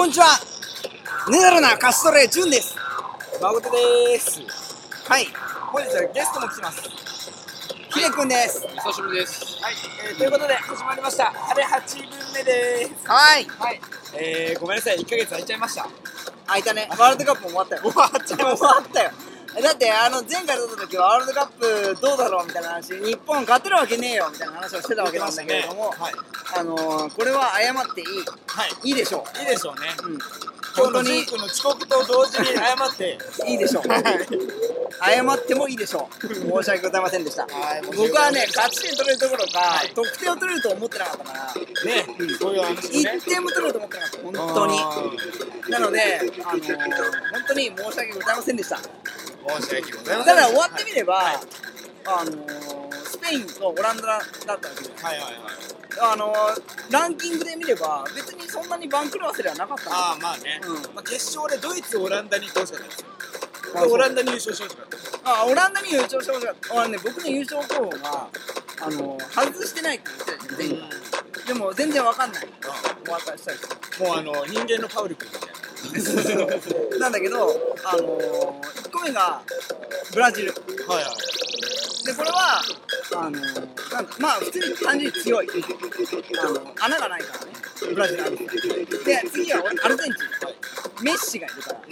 こんにちは。ネダルなカストレジュンです。 誠です。 はい。 本日はゲストも来てます。 ヒデくんです。 久しぶりです。 はい、ということで始まりました。あれ8分目です。 はい。 はい。ごめんなさい、1ヶ月空いちゃいました。 空いたね。ワールドカップも終わったよ。 終わっちゃいました。 終わったよ。だって前回撮った時はワールドカップどうだろうみたいな話、日本勝てるわけねえよみたいな話をしてたわけなんだけれども、 はい。 これは謝っていい。 はい。 いいでしょいいでしょうね。 う。うん。 今日のジュン君の遅刻と同時に謝っていいでしょう。 はい。 謝ってもいいでしょう。申し訳ございませんでした。 はい。 僕はね、勝ち点取れるどころか、 はい得点を取れると思ってなかったから、 ね、そういう話ね。 1点も取れると思ってなかった、本当に。なので、本当に申し訳ございませんでした。 申し訳ございません。 ただ終わってみれば、 はいスペインとオランダだったわけです。 はいはいはい。 ランキングで見れば、別にそんなに番狂わせではなかったんです。 ああ、まあね。 うんまあ、決勝でドイツ、オランダに行ってほしかったですよ。 あそうオランダに優勝してほしかったです。 オランダに優勝してほしかった。僕の優勝候補が、外してないって言ってたじゃん、前回。でも全然わかんない。お渡ししたりして。 もう人間のパウル君みたいな。 なんだけど、1個目がブラジル。 はいはい。 で、これは、まあ、普通に単純に強い。穴がないからね、ブラジルある。で、次はアルゼンチン。メッシがいるから、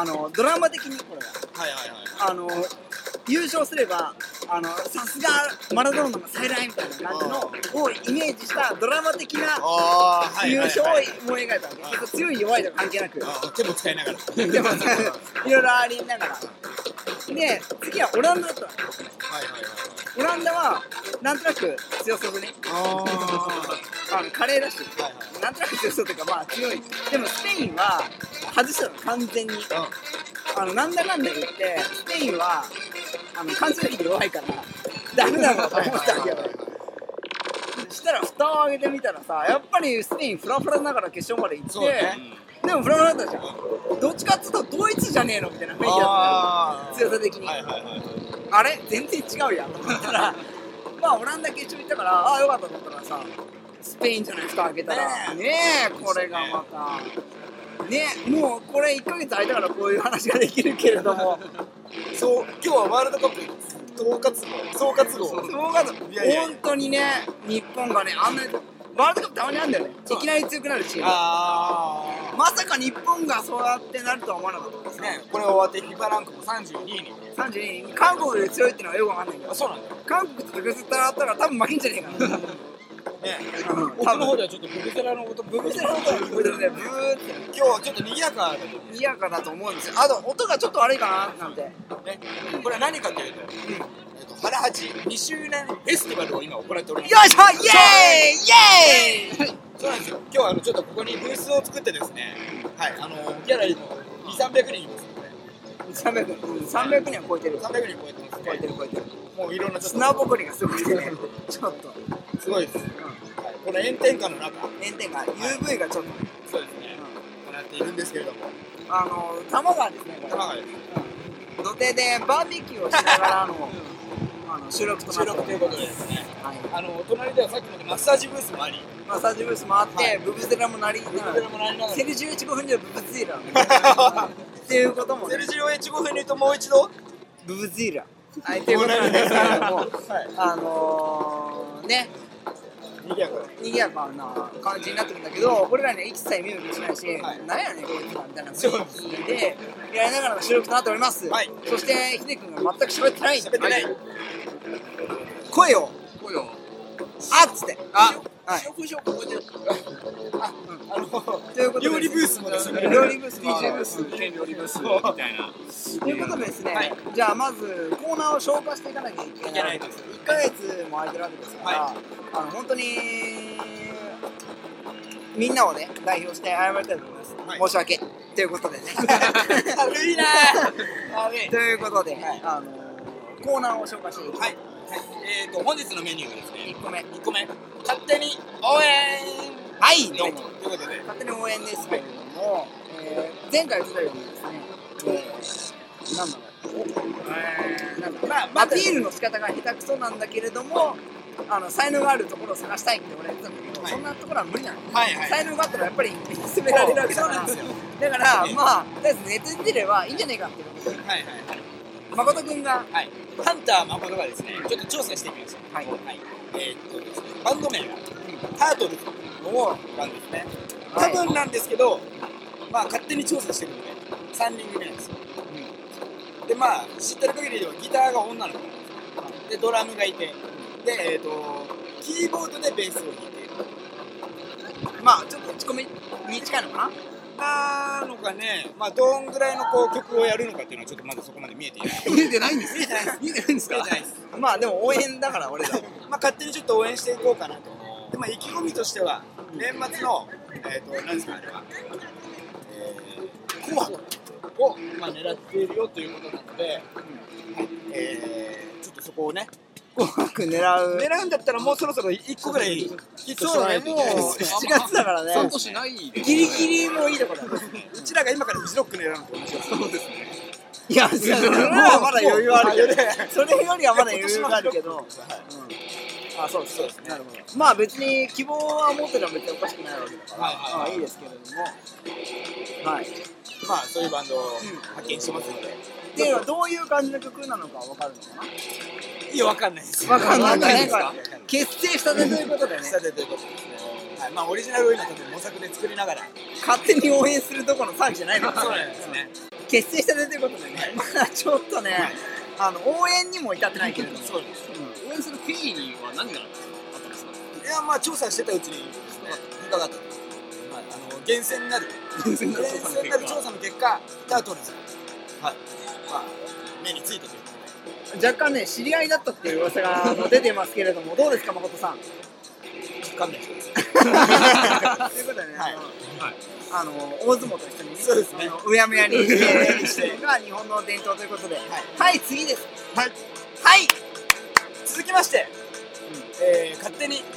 ドラマ的にこれは。 はいはいはい。 優勝すれば、さすがマラドーナの再来みたいな感じのをイメージしたドラマ的な優勝を思い描いたわけ。強い弱いとか関係なく。 手も使いながら。 でもいろいろありながら。で、次はオランダだったわけ。 はいはいはい。 オランダはなんとなく強そうでね。カレーだし、なんとなく強そうというか、まあ強い。でもスペインは外したの完全に。なんだかんだ言ってスペインは完全に弱いからダメだろうと思ったわけよ。したら蓋を開けてみたらさ、やっぱりスペインフラフラながら決勝まで行って、でもフラフラだったじゃん。どっちかっつうとドイツじゃねえのみたいな雰囲気だったの、強さ的に。あれ全然違うやんと思ったらまあオランダ決勝行ったから、ああよかったと思ったらさ、スペインじゃない、蓋開けたらねえ、これがまたね、もうこれ1ヶ月空いたからこういう話ができるけれどもそう、今日はワールドカップ総括号本当にね、日本がね、あんなにワールドカップたまにあるんだよね。いきなり強くなるチーム。まさか日本がそうやってなるとは思わなかったですね。これ終わって FIFA ランクも32位に韓国より強いってのはよくわかんないけど、 そうなんだよ。 韓国とベクセラだったら多分負けんじゃねえかなね、奥の方ではちょっとブブゼラの音、ブブゼラの音が聞こえてるね。ブーって。今日はちょっと賑やかだと思う。 賑やかだと思うんですよ。あと音がちょっと悪いかななんて。 ね、これは何かというと、ハラハチ2周年フェスティバルを今行っております。 よいしょ、イエーイイエーイ。 そうなんですよ。今日はちょっとここにブースを作ってですね、はい、ギャラリーの2、300人いますので。 300人は超えてる。 300人超えてますね。超えてる。もういろんな砂ぼこりがすごくてね、ちょっとすごいです。この炎天下の中、 UV がちょっと、 そうですね、行っているんですけれども、 多摩川ですね、 多摩川です。 土手でバーベキューをしながらの収録ということでですね、 はい、 隣ではさっきまでマッサージブースもあり、 もあって、ブブゼラも鳴りながら、セルジオ越後風にはブブゼラっていうことも、 セルジオ越後風に言うともう一度ブブゼラっていうことなんですけれども、ね、賑やかな感じになってるんだけど、俺らには一切見向きしないし、何やねんこいつらみたいな雰囲気でやりながらの収録となっております。そしてヒデ君が全く喋ってない。声をあっつってということで、 料理ブースもですね、 料理ブース、 DJ ブース、料理ブースみたいな。 ということでですね、じゃあまずコーナーを消化していかなきゃいけない。1ヶ月も空いてるわけですから、本当にみんなをね代表して謝りたいと思います。申し訳ということでね。 悪いなということで、コーナーを紹介していきます。 本日のメニューはですね、 1個目、 勝手に応援。 はい、どうも。 ということで、 勝手に応援ですけれども、前回言ってたようにですね、なんだろう、アピールの仕方が下手くそなんだけれども、 才能があるところを探したいって俺は言ってたんだけど、そんなところは無理なの。 はいはい。 才能があったらやっぱり見つめられるわけだから。だからまあとりあえずネットに出ればいいんじゃないかっていうことで、 はいはいはい。 誠君がはい。ハンター誠がですね、ちょっと調査してきました。 はいですね、バンド名がタートルズのバンドですね。 はい多分なんですけど、まあ勝手に調査してるので、3人組なんですよ。で、まあ知ってる限りではギターが女の子なんですよ。で、ドラムがいて、で、キーボードでベースを弾いている。 まあちょっと打ち込みに近いのかなのかね、まあどんぐらいのこう曲をやるのかっていうのはちょっとまだそこまで見えていない。 見えてないんです見えてないです。 見えてないんですか見えてないです。 な。まあでも応援だから俺ら。 まあ勝手にちょっと応援していこうかなと。で、まあ意気込みとしては、年末の、何ですかあれは、紅白を、まあ、狙っているよということなので、ちょっとそこをね、 紅白狙うんだったらもうそろそろ1個ぐらいヒットしてもらえるといけないもう7月だからね。 そうとしないですギリギリもいいところだ。 うちらが今からフジロック狙うのと同じです。 そうですね。 いや、それはまだ余裕あるけど、 もうそれよりはまだ余裕があるけど、あ、そうです、 そうですね。 なるほど。まあ別に希望は持ってるのは別におかしくないわけだから、 はいはいはいまあいいですけれども、はい。 まあそういうバンドを発見してますので。 っていうのはどういう感じの曲なのかわかるのかいや、わかんないです。 な。わかんないわかんないねですか。 結成したてということでね、 さてということですね。はい、まあオリジナルを今多分模索で作りながら。 勝手に応援するところの騒ぎじゃないのかそうなんですね。 結成したてということでね、まあちょっとね、応援にも至ってないけれども、 そうです。 応援する経緯には何があったんですか。 いや、まあ調査してたうちにですね、引っかかったと。まあ厳選になる調査の結果、タートルズ。はい。まあ目についたということで。 若干ね、知り合いだったっていう噂が出てますけれども、どうですか、誠さん。 勘弁してください。 ということでね、 はい大相撲と一緒にね、 そうですねうやむやにしてが日本の伝統ということで、はい、次です。 はい。 はい、 続きまして、勝手に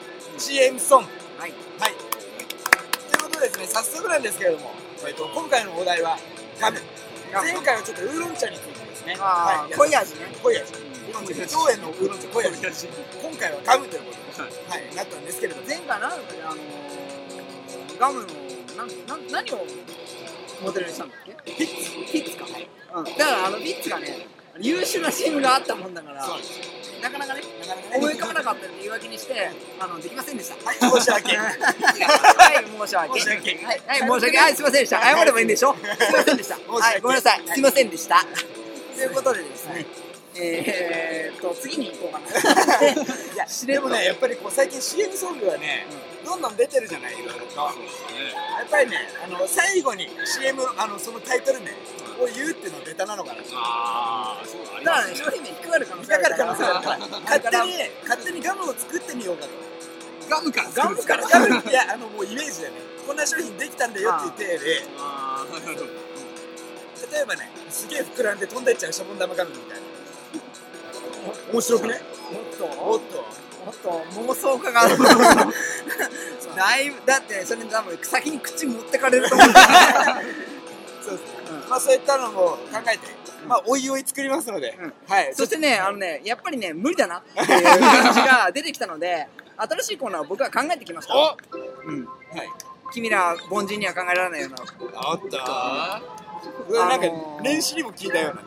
CM ソング。 はい、 はい。ということでですね、早速なんですけれども、今回のお題はガム。前回はちょっとウーロン茶についてですね。 あー、濃い味ね。 濃い味。上園のウーロン茶濃い味。今回はガムということで、はい、なったんですけれども。 前回なんだっけ、ガムの何をモデルにしたんだっけ？ ピッツ。 ピッツか。うん。だからピッツがね、優秀な CM があったもんだから、 そうです。 なかなかね、 なかなかね思い浮かばなかったって言い訳にしてできませんでした。 はい、申し訳。 はい、申し訳。 申し訳はい、申し訳。はい、すいませんでした。謝ればいいんでしょ。すいませんでした。はい、ごめんなさい。すいませんでした。ということでですね、次に行こうかな。 いや、でもね、やっぱりこう最近 CM ソングはね、どんどん出てるじゃない、いろいろと。やっぱりね、最後に CM、そのタイトル名を言うっていうのはベタなのかな。 ああ、そうだ。 だからね、商品名引っかかる可能性だからあるから、 勝手にガムを作ってみようかと。 ガムからガムからガムいや、もうイメージでね、こんな商品できたんだよっていう体で、 ああ、なるほど。 例えばね、すげえ膨らんで飛んでっちゃうシャボン玉ガムみたいな。面白くね。 もっと妄想家がだいぶ、だってそれ多分先に口持ってかれると思うんだよね。 そうですね。まあそういったのも考えて、まあおいおい作りますので、はい。 そしてね、やっぱりね、無理だなっていう感じが出てきたので、新しいコーナーを僕は考えてきました。 はい。 君ら凡人には考えられないような。 あったこれなんか年始にも聞いたような。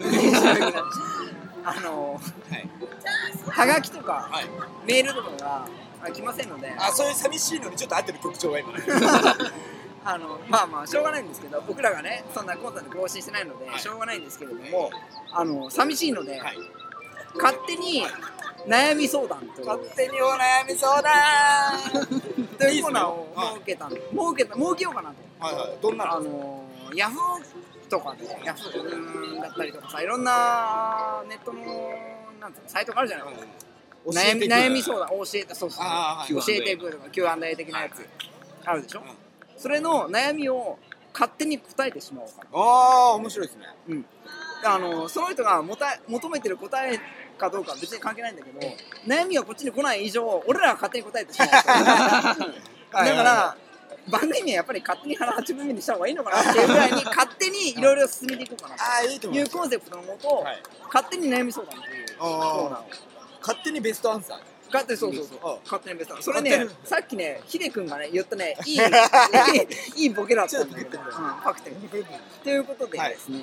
はがきとかはい。 メールとかが来ませんので、 あ、そういう寂しいのにちょっと合ってる曲調が今。 まあまあしょうがないんですけど、僕らがねそんなコンサート更新してないので、しょうがないんですけれども、寂しいので、 はい。 勝手に悩み相談という勝手にお悩み相談。 というコーナーを設けようかなと。 はいはい。どんなの？ ヤフオとかで、ヤフだったりとかさ、いろんなネットのなんつうのサイトがあるじゃないですか。悩み相談教えて、そうそう、教えていくとか Q&A 的なやつあるでしょ。それの悩みを勝手に答えてしまおうかな。 ああ、面白いですね。 うん。その人が求めてる答えかどうかは別に関係ないんだけど、悩みがこっちに来ない以上、俺らが勝手に答えてしまう。だから番組はやっぱり勝手に腹8分目にした方がいいのかなっていうぐらいに勝手にいろいろ進めていこうかなというコンセプトのもと、勝手に悩み相談というコーナーを。 勝手にベストアンサー。 勝手にそう勝手にベストそれねさっきねヒデ君がね言ったねいいボケだったんだけどパクテンということでですね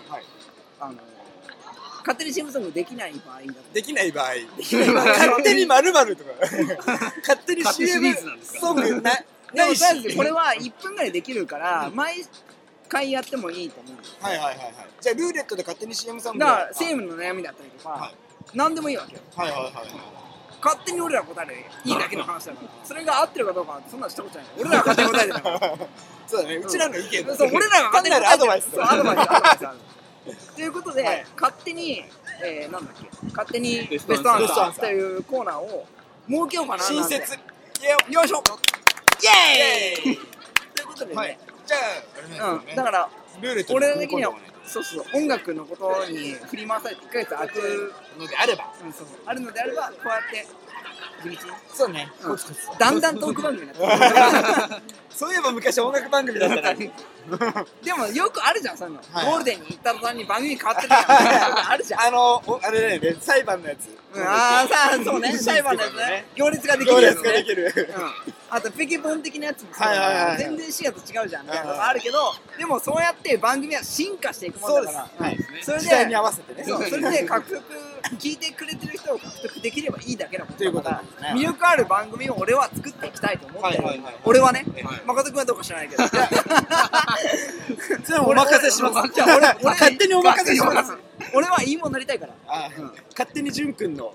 勝手に CM ソングできない場合だとできない場合勝手に〇〇とか勝手に CM ソングないしこれは1分ぐらいできるから毎回やってもいいと思うじゃあルーレットで勝手に CM ソングだからセームの悩みだったりとか何でもいいわけよ勝手に俺ら答えるいいだけの話だからそれが合ってるかどうかそんなのしたことない俺らが勝手に答えてるからそうだねうちらの意見そう俺らが勝手に答えてるアドバイスということで勝手になんだっけ勝手にベストアンサーというコーナーを設けようかな新設よいしょイエーイということでねじゃあだからルーレット俺ら的にはそう音楽のことに振り回されて1ヶ月空くのであればあるのであればこうやって地道にそうねだんだんトーク番組になってそういえば昔音楽番組だったなでもよくあるじゃんそういうのゴールデンに行った途端に番組変わってるじゃんあるじゃんあれだよね裁判のやつそうね裁判のやつね行列ができるやつねあとペケポン的なやつも全然視野と違うじゃんみたいなのがあるけどでもそうやって番組は進化していくもんだからそれで時代に合わせてねそれで聞いてくれてる人を獲得できればいいだけのことだから魅力ある番組を俺は作っていきたいと思ってる俺はね誠君はどうか知らないけどそれお任せします俺勝手にお任せします俺はいいもんなりたいから勝手に淳君の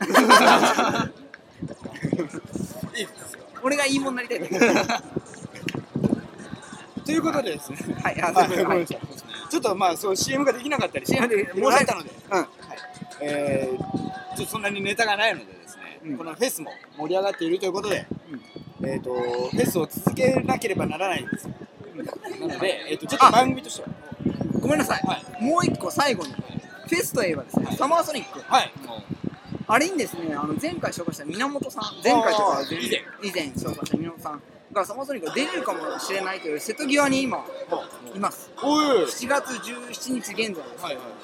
いいですよ俺がいいもんなりたいんだけどということでですねちょっとまあそう CM ができなかったり申し訳たのでちょっとそんなにネタがないのでですねこのフェスも盛り上がっているということでフェスを続けなければならないんですよなのでちょっと番組としてはごめんなさいもう一個最後にフェスといえばですねサマーソニックあれにですね前回紹介した源さん前回とか以前紹介した源さんがサマーソニック出れるかもしれないという瀬戸際に今います7月17日現在です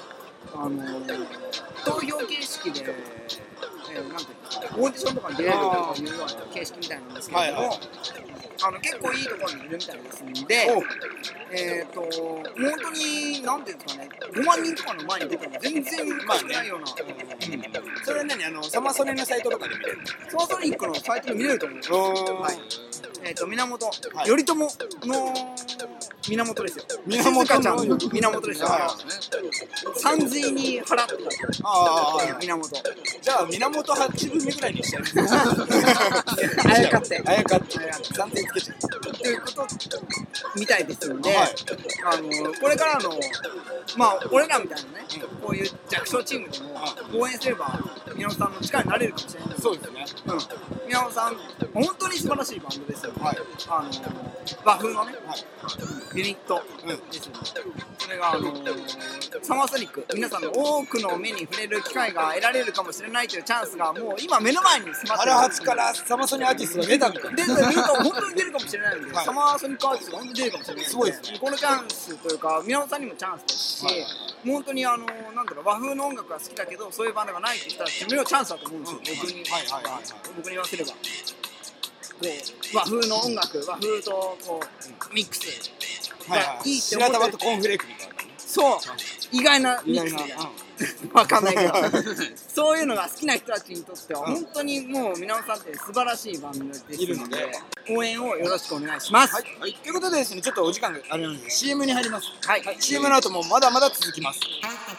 投票形式でなんていうオーディションとかに出れるとかいうような形式みたいなんですけれども結構いいところにいるみたいですんで本当になんていうんですかね5万人とかの前に出ても全然おかしくないようなそれは何サマソニのサイトとかで見れるサマソニックのサイトで見れると思います源頼朝の源ですよ源の源ですよ三髄に払ってた源じゃあ源8分目ぐらいにしちゃうあやかって三髄つけちゃうということみたいですのでこれからのまあ俺らみたいなねこういう弱小チームでも応援すれば宮本さんの力になれるかもしれないそうですね宮本さん本当に素晴らしいバンドですよ和風のねユニットですよねそれがサマーソニック皆さんの多くの目に触れる機会が得られるかもしれないというチャンスがもう今目の前に迫ってる原八からサマソニアーティストが出たみたいな本当に出るかもしれないのでサマーソニックアーティストが本当に出るかもしれないのでこのチャンスというか宮本さんにもチャンスですし本当になんだろう和風の音楽が好きだけどそういうバンドがないって人たちにもチャンスだと思うんですよ僕に言わせれば和風の音楽和風とこうミックスがいいって思って白玉とコーンフレークみたいなそう意外なミックスみたいなわかんないけどそういうのが好きな人たちにとっては本当にもう源さんって素晴らしいバンドですので応援をよろしくお願いしますということでですねちょっとお時間があれなので CM に入りますCM の後もまだまだ続きます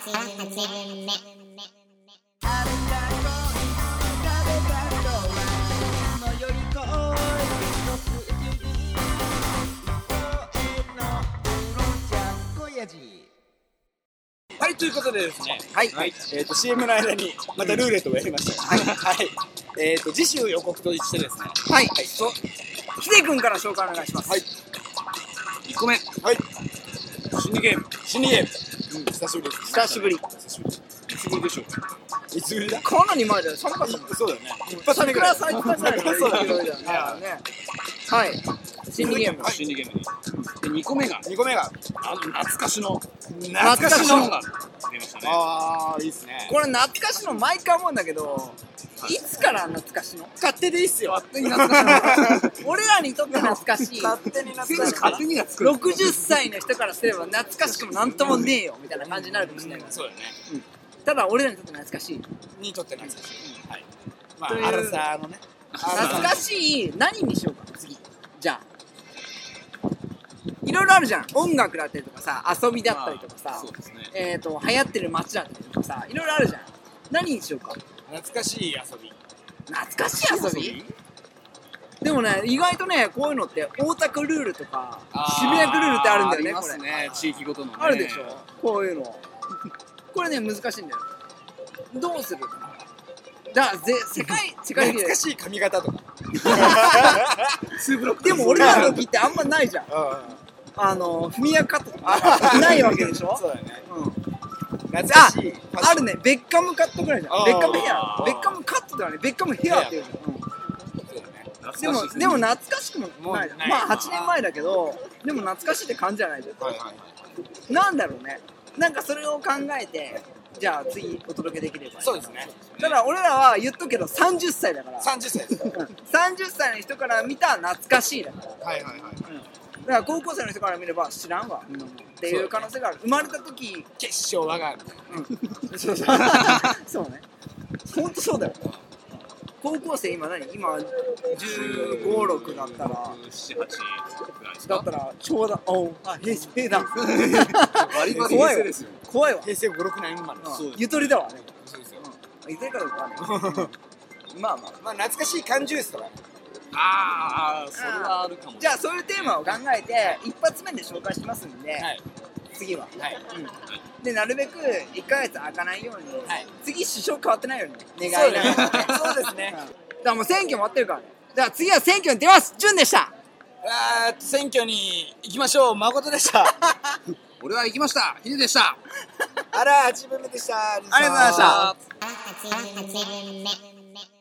はいということでですねCM の間にまたルーレットをやりました次週予告としてですねヒデ君から紹介お願いします 1個目心理ゲーム久しぶりです久しぶりいつぶりでしょういつぶりだかなり前だよ寒かったもんそうだよね桜咲いてたぐらいそうだねはい心理ゲームで2個目が 2個目が懐かしの音楽出ましたね。 ああいいっすね。 これ懐かしの毎回思うんだけど、いつから懐かしの？ 勝手でいいっすよ。 勝手に懐かしの俺らにとって懐かしい勝手に懐かしい。 勝手にや作る。 60歳の人からすれば懐かしくもなんともねえよみたいな感じになるかもしれないから、 そうだね。 ただ俺らにとって懐かしい。 にとって懐かしい。はい。まというあアラサーのね。 懐かしい何にしようか次。じゃあいろいろあるじゃん。音楽だったりとかさ、遊びだったりとかさ、 そうですね。 流行ってる街だったりとかさ、いろいろあるじゃん。何にしようか。 懐かしい遊び。 懐かしい遊び？でもね、意外とね、こういうのって大田区ルールとか渋谷区ルールってあるんだよね。 ありますね、地域ごとのね。 あるでしょ、こういうの。これね、難しいんだよ。どうするかな。だから世界的懐かしい髪型とか。 でも俺らの時ってあんまないじゃん。フミヤカットとかないわけでしょ。 そうだね。 あ、 懐かしい。 あるね。ベッカムカットぐらいじゃん。ベッカムヘア。 あーベッカムカットだよね。ベッカムヘアっていうじゃん。でも懐かしくもないじゃん。まあ8年前だけど、でも懐かしいって感じじゃないじゃはいはいはい。 ん。なんだろうね。なんかそれを考えて、じゃあ次お届けできればいい。 そうですね。 ただ俺らは言っとくけど30歳だから 30歳ですか。 30歳の人から見た懐かしいだからはいはいはい。 だから高校生の人から見れば知らんわっていう可能性がある。生まれた時決勝我がそうそうね、ほんとそうだよ。高校生今何？今15、6だったら 7、8ぐらいですか。 だったらちょうど平成だ割り箸怖いわ平成ですよ。 怖いわ。 平成5、6年生まれ。 そうですゆとりだわね。 そうですよ。 ゆとりかどうかわかんないまあまあまあ懐かしい缶ジュースとか。 ああ、それはあるかも。 じゃあそういうテーマを考えて一発目で紹介しますんで、 はい。 次は、 はい。 でなるべく1ヶ月開かないように、 はい次首相変わってないように願いながらねそうですね。 だからもう選挙終わってるからね。だから次は選挙に出ます。潤でした。 選挙に行きましょう。誠でした。 俺は行きました。ヒデでした。 あら、8分目でした。 ありがとうございました。 8分目。